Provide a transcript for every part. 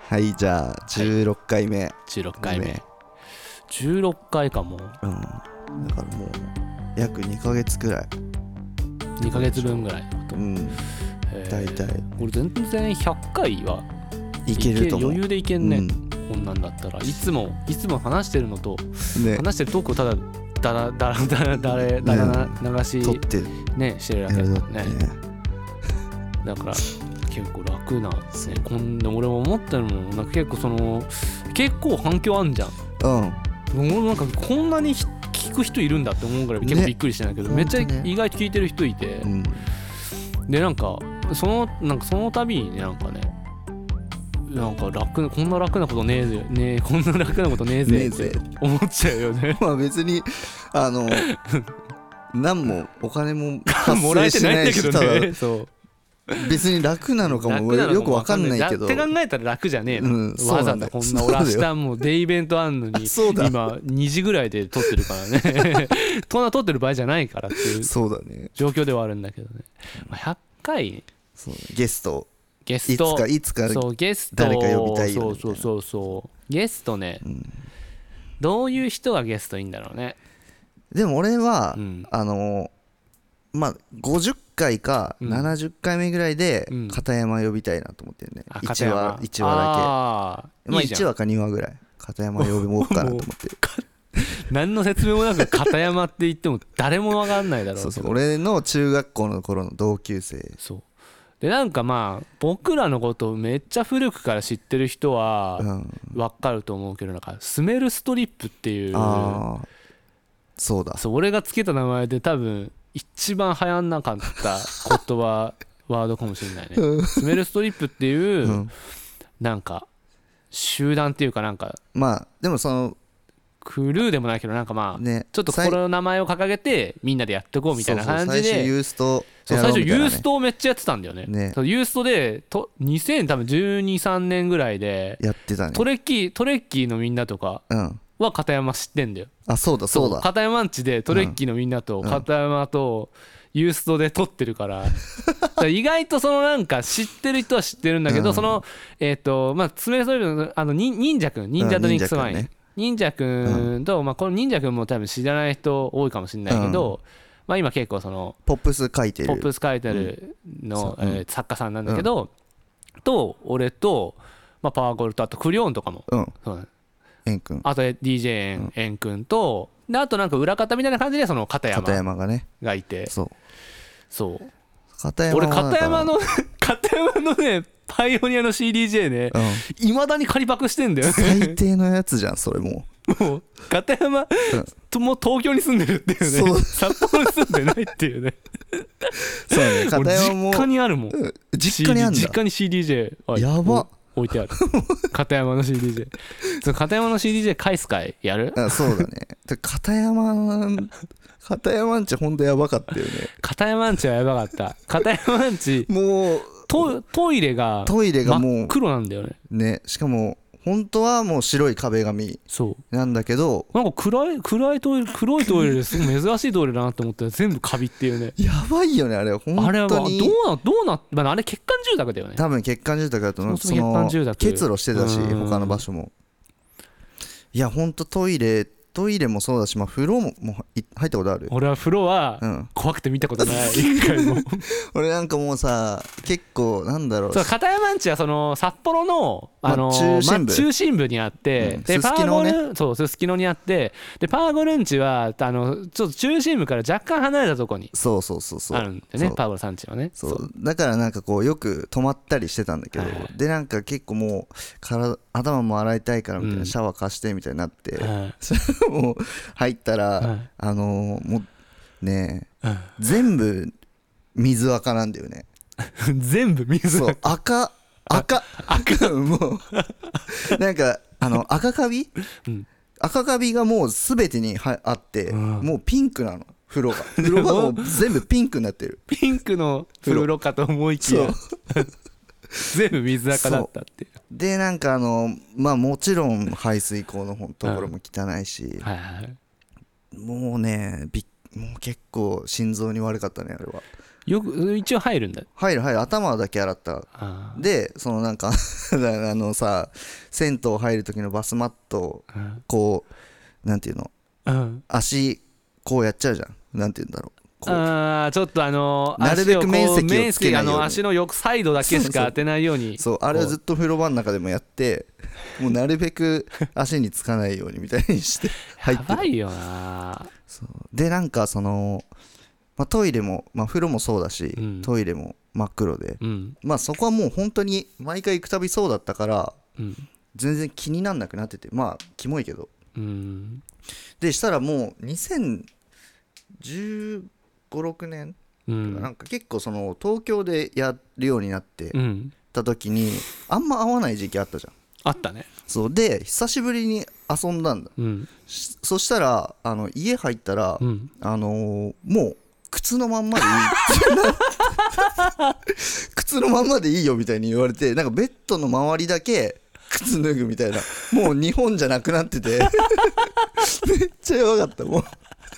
はいじゃあ16回目、 16回目16回かもだからもう約2ヶ月くらい 2ヶ月分ぐらいのこと、 大体俺全然100回はいけると思う。 余裕でいけんね、こんなんだったらいつも話してるのと、 ね、 話してるトークをただだら流し撮ってねしてるだけだからね。だから結構楽なんですね。俺も思ったのもなんか結構反響あんじゃん。俺なんかこんなに聞く人いるんだって思うぐらい結構びっくりしてないけど、めっちゃ意外と聞いてる人いて、でなんかその度にねなんかこんな楽なことねえぜって思っちゃうよね。 まあ別に何もお金も発もらえ生してないし、 てないんだけどね。そう別に楽なのかもよく分かんないけどって考えたら楽じゃねえの、わざとこんな俺明日もうデイベントあんのに今2時ぐらいで撮ってるからねこんな撮ってる場合じゃないからっていう状況ではあるんだけどね。100回ゲストいつかそうゲスト誰か呼びたいよみたいな。 そうゲストね、どういう人がゲストいいんだろうね。 でも俺は、まあ50回か70回目ぐらいで片山呼びたいなと思ってるね、1話だけ。まあ1話か2話ぐらい片山呼ぼうかなと思ってる何の説明もなく片山って言っても誰も分かんないだろう。 そう俺の中学校の頃の同級生。 そうでなんかまあ僕らのことをめっちゃ古くから知ってる人は分かると思うけど、なんかスメルストリップっていう、そう俺がつけた名前で多分一番流行んなかった言葉ワードかもしれないねスメルストリップっていう、なんか集団っていうかなんかまあでもそのクルーでもないけどなんかまあ、ちょっとこの名前を掲げてみんなでやっていこうみたいな感じで、 最初ユースト最初ユーストをめっちゃやってたんだよね。ユーストで2012、3年ぐらいでやってたね。 トレッキーのみんなとかは片山知ってんだよ。 そうだ片山んちでトレッキーのみんなと片山とユーストで撮ってるから意外とそのなんか知ってる人は知ってるんだけど、そのまあ爪そういうの忍者ドリンクスワイン忍者くんと、まあこの忍者くんも多分知らない人多いかもしれないけど、まあ今結構そのポップス書いてるの作家さんなんだけど、と俺とまあパワーゴールとあとクリオンとかも、 エン君、 あと DJ エン君とであとなんか裏方みたいな感じでその片山がいて、そう俺片山のねパイオニアの CDJ ね、いまだに借りパクしてんだよね。 最低のやつじゃんそれ。もう片山とも東京に住んでるっていうね、札幌に住んでないっていうねそうね、片山も実家にあるもん。 実家にあんだ。 実家に CDJ やば置いてある片山の CDJ 片山の CDJ 返す会やる？ そうだね片山んちほんとやばかったよね。 片山んちはやばかった。片山んちもうトイレが真っ黒なんだよね。 しかも本当はもう白い壁紙なんだけど、 なんか黒いトイレですごい珍しいトイレだなって思ったら全部カビっていうね。 やばいよねあれ。本当にあれはどうなまああれ欠陥住宅だよね。 多分欠陥住宅だと思う。 欠陥住宅結露してたし他の場所も。いやほんとトイレもそうだし、まあ、風呂も入ったことある？ 俺は風呂は怖くて見たことない一回も俺なんかもうさ結構なんだろう、 片山んちはその札幌の中心部にあって、でパーゴルすすきのにあって、でパーゴルんちはちょっと中心部から若干離れたとこにあるんだよね。パーゴルさんちはね。 だからなんかこうよく泊まったりしてたんだけど、でなんか結構もう頭も洗いたいからみたいな、シャワー貸してみたいになって、もう入ったら、もうね全部水垢なんだよね全部水垢もうなんか赤カビがもう全てにあって、もうピンクなの。風呂がもう全部ピンクになってるピンクの風呂かと思いきや全部水垢だったっていう。 でなんかまあもちろん排水口のところも汚いし、もうねもう結構心臓に悪かったねあれは。 よく一応入るんだ。 入る頭だけ洗った。でそのなんかさ、銭湯入る時のバスマットこうなんていうの、足こうやっちゃうじゃん。なんていうんだろう、 ちょっとなるべく面積をつけないように、 足の横サイドだけしか当てないように。 そうあれをずっと風呂場の中でもやって、もうなるべく足につかないようにみたいにして入ってる。 やばいよな。 そうでなんかその、トイレも、風呂もそうだし、トイレも真っ黒で、そこはもう本当に毎回行くたびそうだったから、全然気になんなくなってて、キモいけど、でしたらもう2015、6年、なんか結構その東京でやるようになってた時に、あんま会わない時期あったじゃん。 あったね。 そうで久しぶりに遊んだんだ、そしたら家入ったら、もう靴のまんまでいい靴のまんまでいいよみたいに言われて、なんかベッドの周りだけ靴脱ぐみたいな、もう日本じゃなくなっててめっちゃやばかったもう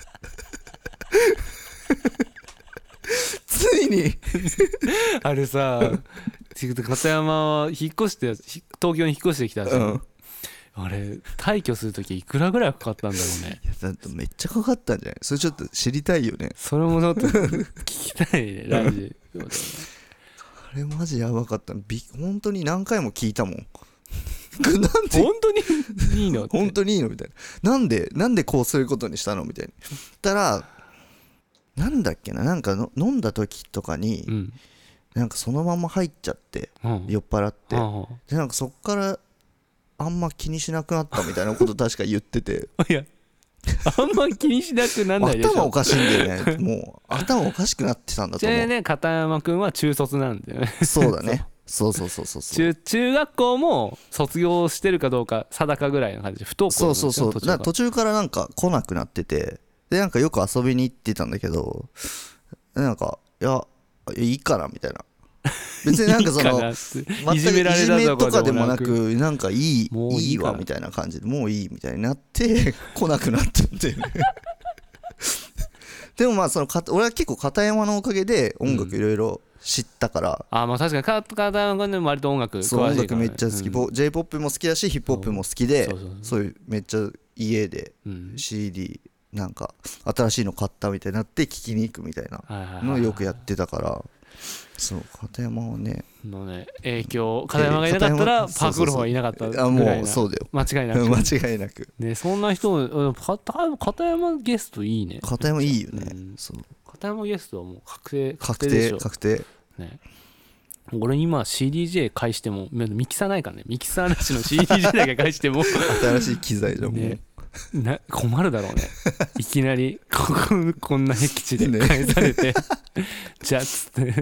ついにあれさ片山は引っ越して東京に引っ越してきたじゃん、あれ退去するときいくらぐらいかかったんだろうね。 いやだってめっちゃかかったんじゃない？それちょっと知りたいよね。 それもちょっと聞きたいねラジオで。 あれマジやばかった。本当に何回も聞いたもんなんで本当にいいの本当にいいのみたいな。なんでこうすることにしたのみたいに言ったら、なんだっけな、なんか飲んだ時とかに、なんかそのまま入っちゃって、酔っ払って、でなんかそっからあんま気にしなくなったみたいなこと確か言ってていやあんま気にしなくなんないでしょ。 頭おかしいんだよね。もう頭おかしくなってたんだと思う。 じゃあね、片山くんは中卒なんだよね。 そうだね。そう中学校も卒業してるかどうか定かぐらいの感じで不登校。 そう途中からなんか来なくなってて、でなんかよく遊びに行ってたんだけど、なんかいいからみたいな、別になんかその全くいじめとかでもなく、なんかいいわみたいな感じで、もういいみたいになって来なくなったんででもその俺は結構片山のおかげで音楽いろいろ知ったから、 確かに片山君でも割と音楽詳しいから、 音楽めっちゃ好き、J-POP も好きだしヒップホップも好きで、そういうめっちゃ家で CD なんか新しいの買ったみたいになって聴きに行くみたいなのをよくやってたから、そう片山はねのね影響、片山がいなかったらパークゴルフはいなかったぐらいな。 もうそうだよ、 間違いなくね。そんな人片山ゲストいいね。 片山いいよね、そう片山ゲストはもう確定でしょ。 確定ね。俺今 CDJ 返してもミキサーないからね。ミキサーなしの CDJ だけ返しても新しい機材じゃん、もう困るだろうねいきなりこんな僻地で返されてじゃあっつって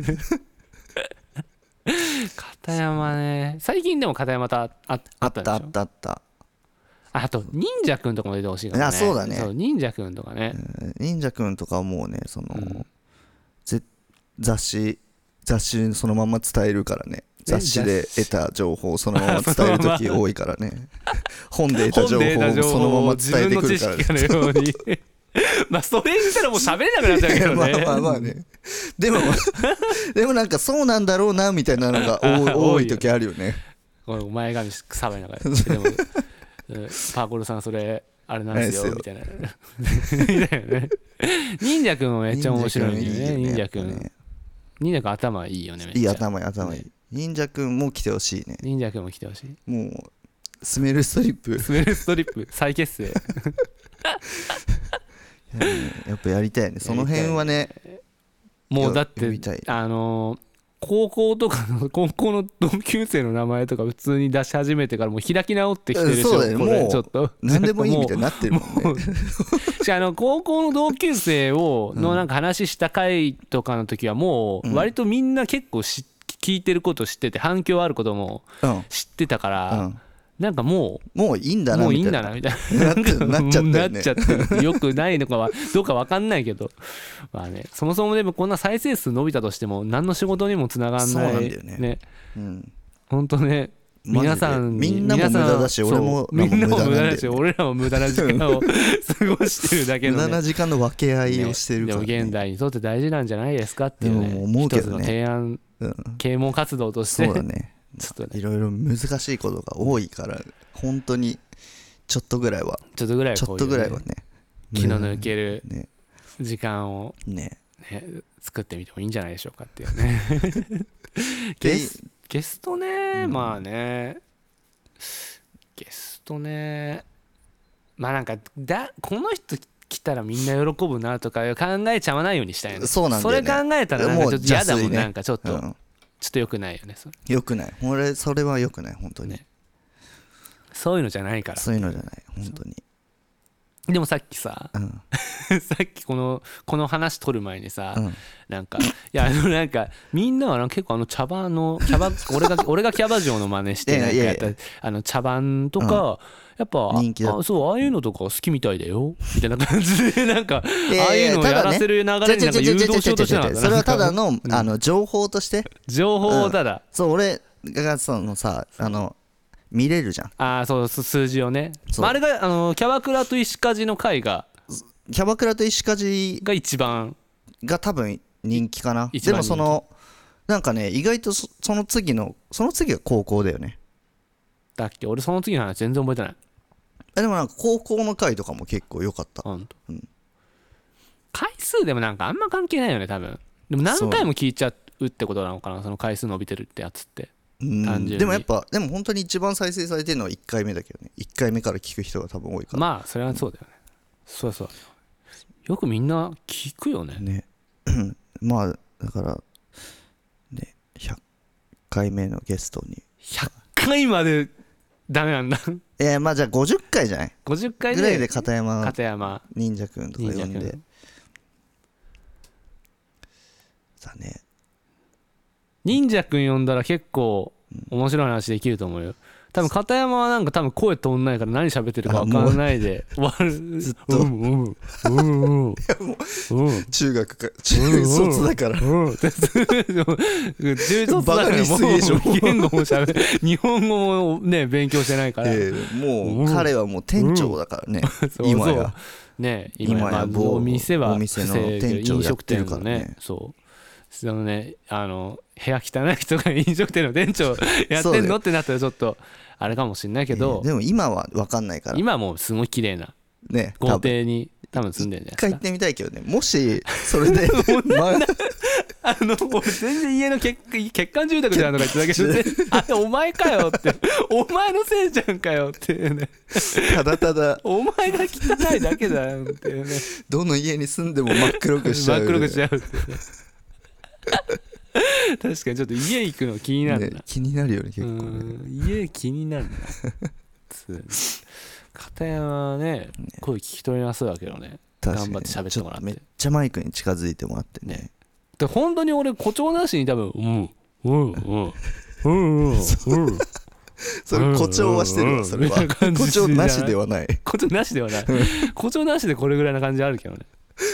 片山ね、最近でも片山とあったでしょ。あったあと忍者くんとかも出てほしいかもね。 そうだね。 そう忍者くんとかね、 忍者くんとかはもうねその、雑誌そのまま伝えるからね。雑誌で得た情報をそのまま伝えるとき多いからね本で得た情報をそのまま伝えてくるからね。 自分の知識のようにそれ言ったらもう喋れなくなっちゃうけどねまあねでもなんかそうなんだろうなみたいなのが多い時あるよね。 前髪さばいながらでもパーコルさんそれあれなんですよみたいな忍者くんもめっちゃ面白いよね。忍者くん頭いいよね。めっちゃいい頭いい。忍者くんも来てほしいね。 忍者くんも来てほしい。 もうスメルストリップ再結成やっぱやりたいね。その辺はねもうだって高校の同級生の名前とか普通に出し始めてからもう開き直ってきてるでしょ。 そうだよね、もうちょっと何でもいいみたいになってるもんねしかも高校の同級生のなんか話した回とかの時はもう割とみんな結構聞いてること知ってて反響あることも知ってたから、なんかもういいんだなみたいななっちゃってよくないのかはどうか分かんないけどね、そもそもでもこんな再生数伸びたとしても何の仕事にもつながんない。 そうなんだよね。 ほんとね皆さんみんなも無駄だし、俺もみんなも無駄だし、俺らも無駄な時間を過ごしてるだけの、ね、 無駄な時間の分け合いをしてるから、ね、 でも現代にとって大事なんじゃないですかっていうね、 思うけどね、 一つの提案、啓蒙活動として、 そうだね、ちょっといろいろ難しいことが多いから本当にちょっとぐらいはね、気の抜ける時間を、ね、作ってみてもいいんじゃないでしょうかっていうねゲストね、まあね、ゲストね、まあなんかこの人来たらみんな喜ぶなとか考えちゃわないようにしたいね。 そうなんだよね。 それ考えたらなんかちょっと嫌だもん、なんかちょっと良くないよね。 良くない。俺それは良くない本当に、ね。 そういうのじゃないから。 そういうのじゃない本当に。でもさっきさ、さっきこの話取る前にさ、なんかいやなんかみんなは結構茶番の俺がキャバ嬢の真似してなんかやった茶番とか、やっぱ人気だ、そうああいうのとか好きみたいだよみたいな感じでなんかああいうのをやらせる流れになんか誘導しようとしてなかった。 それはただの情報として情報をただ、 そう俺がそのさ見れるじゃん。 ああそう数字をね。あれがキャバクラと石梶の回がキャバクラと石梶が一番が多分人気かな。でもなんかね意外とその次が高校だよね。 だっけ。俺その次の話全然覚えてない。 でもなんか高校の回とかも結構良かった。 回数でもなんかあんま関係ないよね多分。でも何回も聞いちゃうってことなのかな、その回数伸びてるってやつって。 でもやっぱでも本当に一番再生されてるのは1回目だけどね。1回目から聞く人が多分多いから。 まあそれはそうだよね。そうよくみんな聞くよね。 まあだからね100回目のゲストに 100回までダメなんだ。 まあじゃあ50回じゃない。 50回ぐらいで片山忍者くんとか呼んでさね。 忍者くん呼んだら結構面白い話できると思うよ。多分片山はなんか声通んないから何喋ってるか分かんないで終わる。 ずっと中学卒だから中卒だからもう言語も喋る日本語もね勉強してないから、 もう彼はもう店長だからね。今やね今やお店の店長やってるからね。 そうそのね部屋汚い人が飲食店の店長やってんのってなったらちょっとあれかもしれないけど、 でも今は分かんないから。 今はもうすごい綺麗な豪邸に多分住んでるんじゃないですか。 一回行ってみたいけどね。もしそれで俺全然家の欠陥住宅じゃんとか言ってたけどお前かよってお前のせいじゃんかよっていうね。 ただただお前が汚いだけだよっていうね。 どの家に住んでも真っ黒くしちゃう。 真っ黒くしちゃうっていうね。確かにちょっと家行くの気になるな、 気になるよね結構ね。 家気になるな。片山はね声聞き取りなそうだけどね。頑張って喋ってもらってめっちゃマイクに近づいてもらってね。 で本当に俺誇張なしに多分それ誇張はしてるわ。それは誇張なしではない。 誇張なしではない。誇張なしでこれぐらいな感じあるけどね。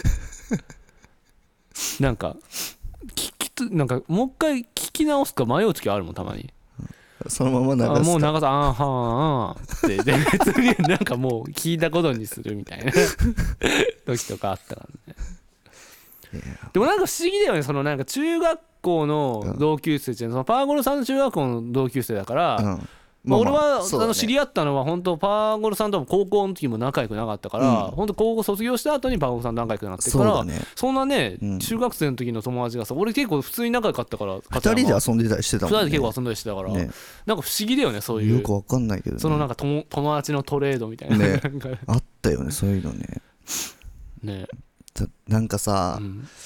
なんかもう一回聞き直すか迷う時あるもんたまに。 そのまま流すか。 もう流すってで別になんかもう聞いたことにするみたいな時とかあったからね。でもなんか不思議だよね。なんか中学校の同級生ってパーゴルさんの中学校の同級生だから、俺は知り合ったのは本当パーゴルさんとも高校の時も仲良くなかったから、本当高校卒業した後にパーゴルさんと仲良くなってから、そんなね中学生の時の友達がさ、俺結構普通に仲良かったから 2人で遊んでたりしてたもんね。 2人で結構遊んだりしてたから、なんか不思議だよねそういう。 よくわかんないけどなんか友達のトレードみたいなあったよねそういうのね。なんかさ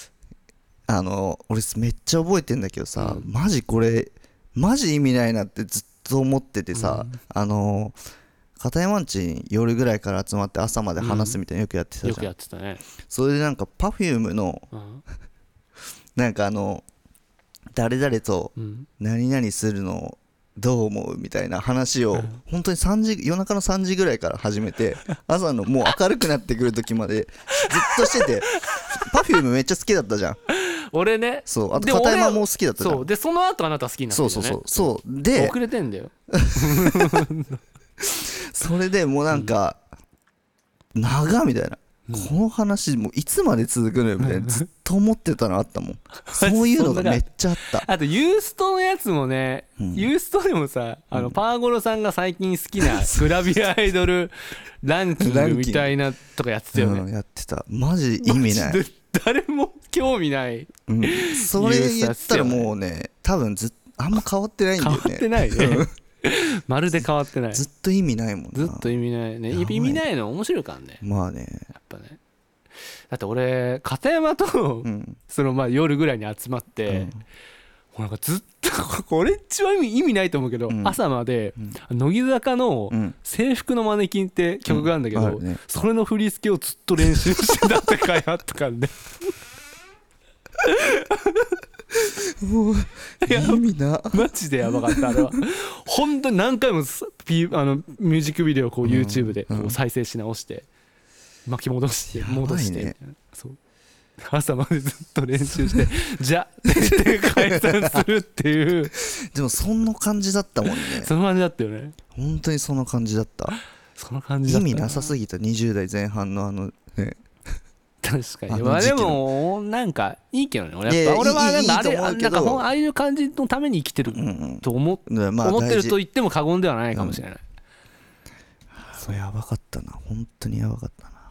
俺めっちゃ覚えてんだけどさ、マジ意味ないなってずっと思っててさ、片山んちに夜ぐらいから集まって朝まで話すみたいなよくやってたじゃん。 よくやってたね。 それでなんか Perfume のなんか誰々と何々するのどう思うみたいな話を本当に夜中の3時ぐらいから始めて朝のもう明るくなってくる時までずっとしてて。Perfume めっちゃ好きだったじゃん。 俺ね。 そうあと片山も好きだったじゃん。 そうでその後あなた好きになったよね。 そうで遅れてんだよそれでもうなんか、長みたいな、この話もういつまで続くのよみたいなずっと思ってたのあったもんそういうのがめっちゃあったあとユーストのやつもね、ユーストでもさパーゴロさんが最近好きなグラビアアイドルランキングみたいなとかやってたよね、 やってた。マジ意味ない。 誰も興味ない、 それ言ったらもうね多分あんま変わってないんだよね。 変わってないねまるで変わってない。 ずっと意味ないもんな。 ずっと意味ないね。意味ないの面白いからね。 まあね。 やっぱね。だって俺片山と、そのまあ夜ぐらいに集まって、もうなんかずっとこれ一番意味ないと思うけど、朝まで乃木坂の制服のマネキンって曲があるんだけど、それの振り付けをずっと練習してたって回あったからね。 もう意味な。 マジでやばかったあれは。本当に何回もミュージックビデオをこう YouTube でこう再生し直して巻き戻して戻してみたいな、そう朝までずっと練習してじゃって解散するっていう。 でもそんな感じだったもんね。 その感じだったよね。 本当にその感じだった。 その感じだった。 意味なさすぎた。20代前半のね。 確かに。まあでもなんかいいけどね。俺はなんかああいう感じのために生きてると思ってると言っても過言ではないかもしれない。 そうやばかったな。本当にやばかったな。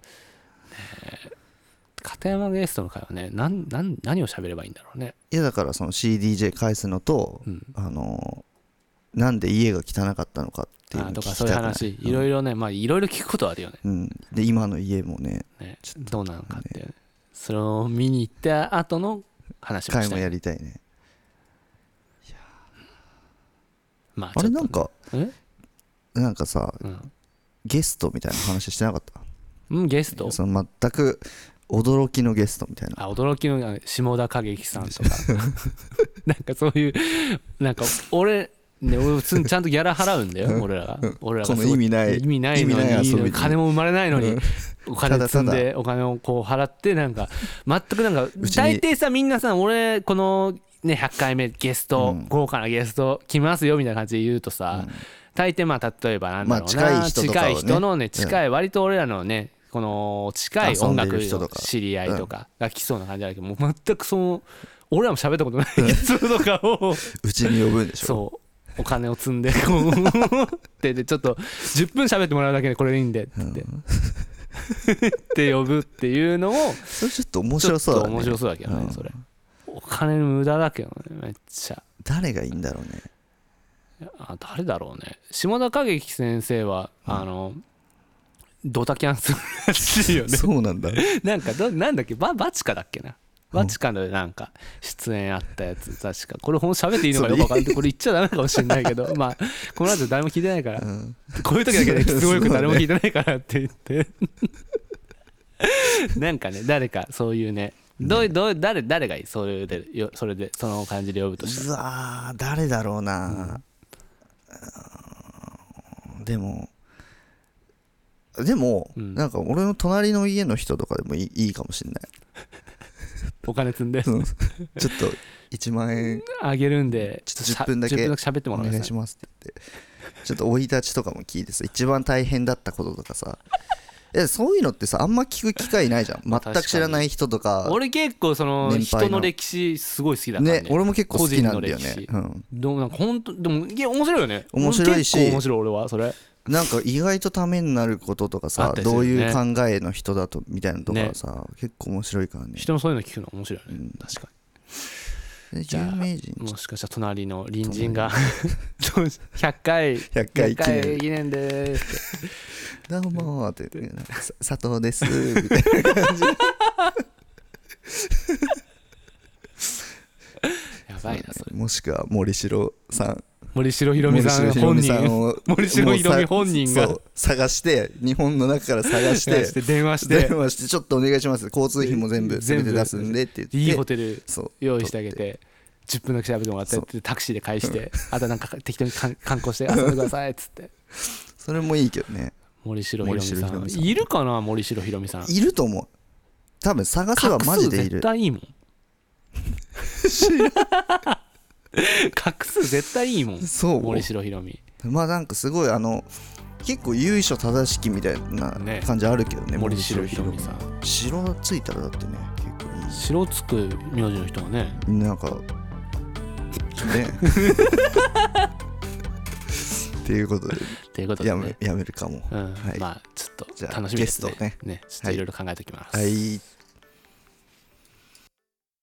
片山ゲストの会はね、何を喋ればいいんだろうね。 いやだからその CDJ 返すのと、なんで家が汚かったのかっていうのとかそういう話いろいろね、まあいろいろ聞くことあるよね。 で今の家もねどうなのかっていう、それを見に行った後の話もしたい。 回もやりたいね。いやまああれなんかさ、ゲストみたいな話してなかった？ ゲスト？ その全く驚きのゲストみたいな。 驚きの下田景樹さんとかなんかそういうなんか俺ちゃんとギャラ払うんだよ俺らがこの意味ないのに金も生まれないのにお金積んでお金をこう払ってなんか全くなんか大抵さみんなさ俺このね100回目ゲスト豪華なゲスト来ますよみたいな感じで言うとさ大抵まあ例えばなんだろうな近い人のね近い割と俺らのねこの近い音楽の知り合いとかが来そうな感じだけどもう全くその俺らも喋ったことない人とかをうちに呼ぶんでしょ。 そうお金を積んでこうでちょっと10分喋ってもらうだけでこれでいいんでって言ってって呼ぶっていうのもそれちょっと面白そうだね。 面白そうだけどねそれお金の無駄だけどねめっちゃ。 誰がいいんだろうね。 誰だろうね。下田景樹先生はドタキャンするらしいよね。 そうなんだ。 なんだっけバチカだっけな。バチカのなんか出演あったやつ確かこれ喋っていいのかよく分かんないこれ言っちゃダメかもしれないけどまあこの後誰も聞いてないから、こういう時だけですごい誰も聞いてないからって言ってなんかね誰かそういうね誰がいいそれでその感じで呼ぶとしたら。 うわ誰だろうな、でも、なんか俺の隣の家の人とかでもいいかもしれない。 お金積んで、 ちょっと1万円あげるんでちょっと10分だけ喋ってもらお願いしますって言ってちょっと生い立ちとかも聞いてさ一番大変だったこととかさそういうのってさあんま聞く機会ないじゃん。全く知らない人とか。 俺結構その人の歴史すごい好きだからね。 俺も結構好きなんだよね。 でもなんか本当でもいや面白いよね。 面白いし結構面白い俺はそれ。 なんか意外とためになることとかさ、どういう考えの人だとみたいなのとかさ、結構面白いからね。 人のそういうの聞くの面白いよね、確かに。 有名人もしかしたら隣の隣人が100回記念でーすってどうもーって言って佐藤ですみたいな感じやばいなそれ。 もしくは森城さん森城ひろみさん本人森城ひろみ本人が探して日本の中から探して電話してちょっとお願いします交通費も全て出すんでって言っていいホテル用意してあげて10分だけ調べてもらってタクシーで返してあとなんか適当に観光して遊んでくださいっつってそれもいいけどね。 森城ひろみさんいるかな。森城ひろみさんいると思う。多分探せばマジでいる。 絶対いいもん。 画数絶対いいもん。 そう森城ひろみ。 まあなんかすごい結構由緒正しきみたいな感じあるけどね、 森城ひろみさん。 城ついたらだってね結構いい。 城つく名字の人はね、 なんかねっていうことでやめるかも、 はい、まあちょっと楽しみですね。 ゲストね、 ちょっといろいろ考えておきます。 はい。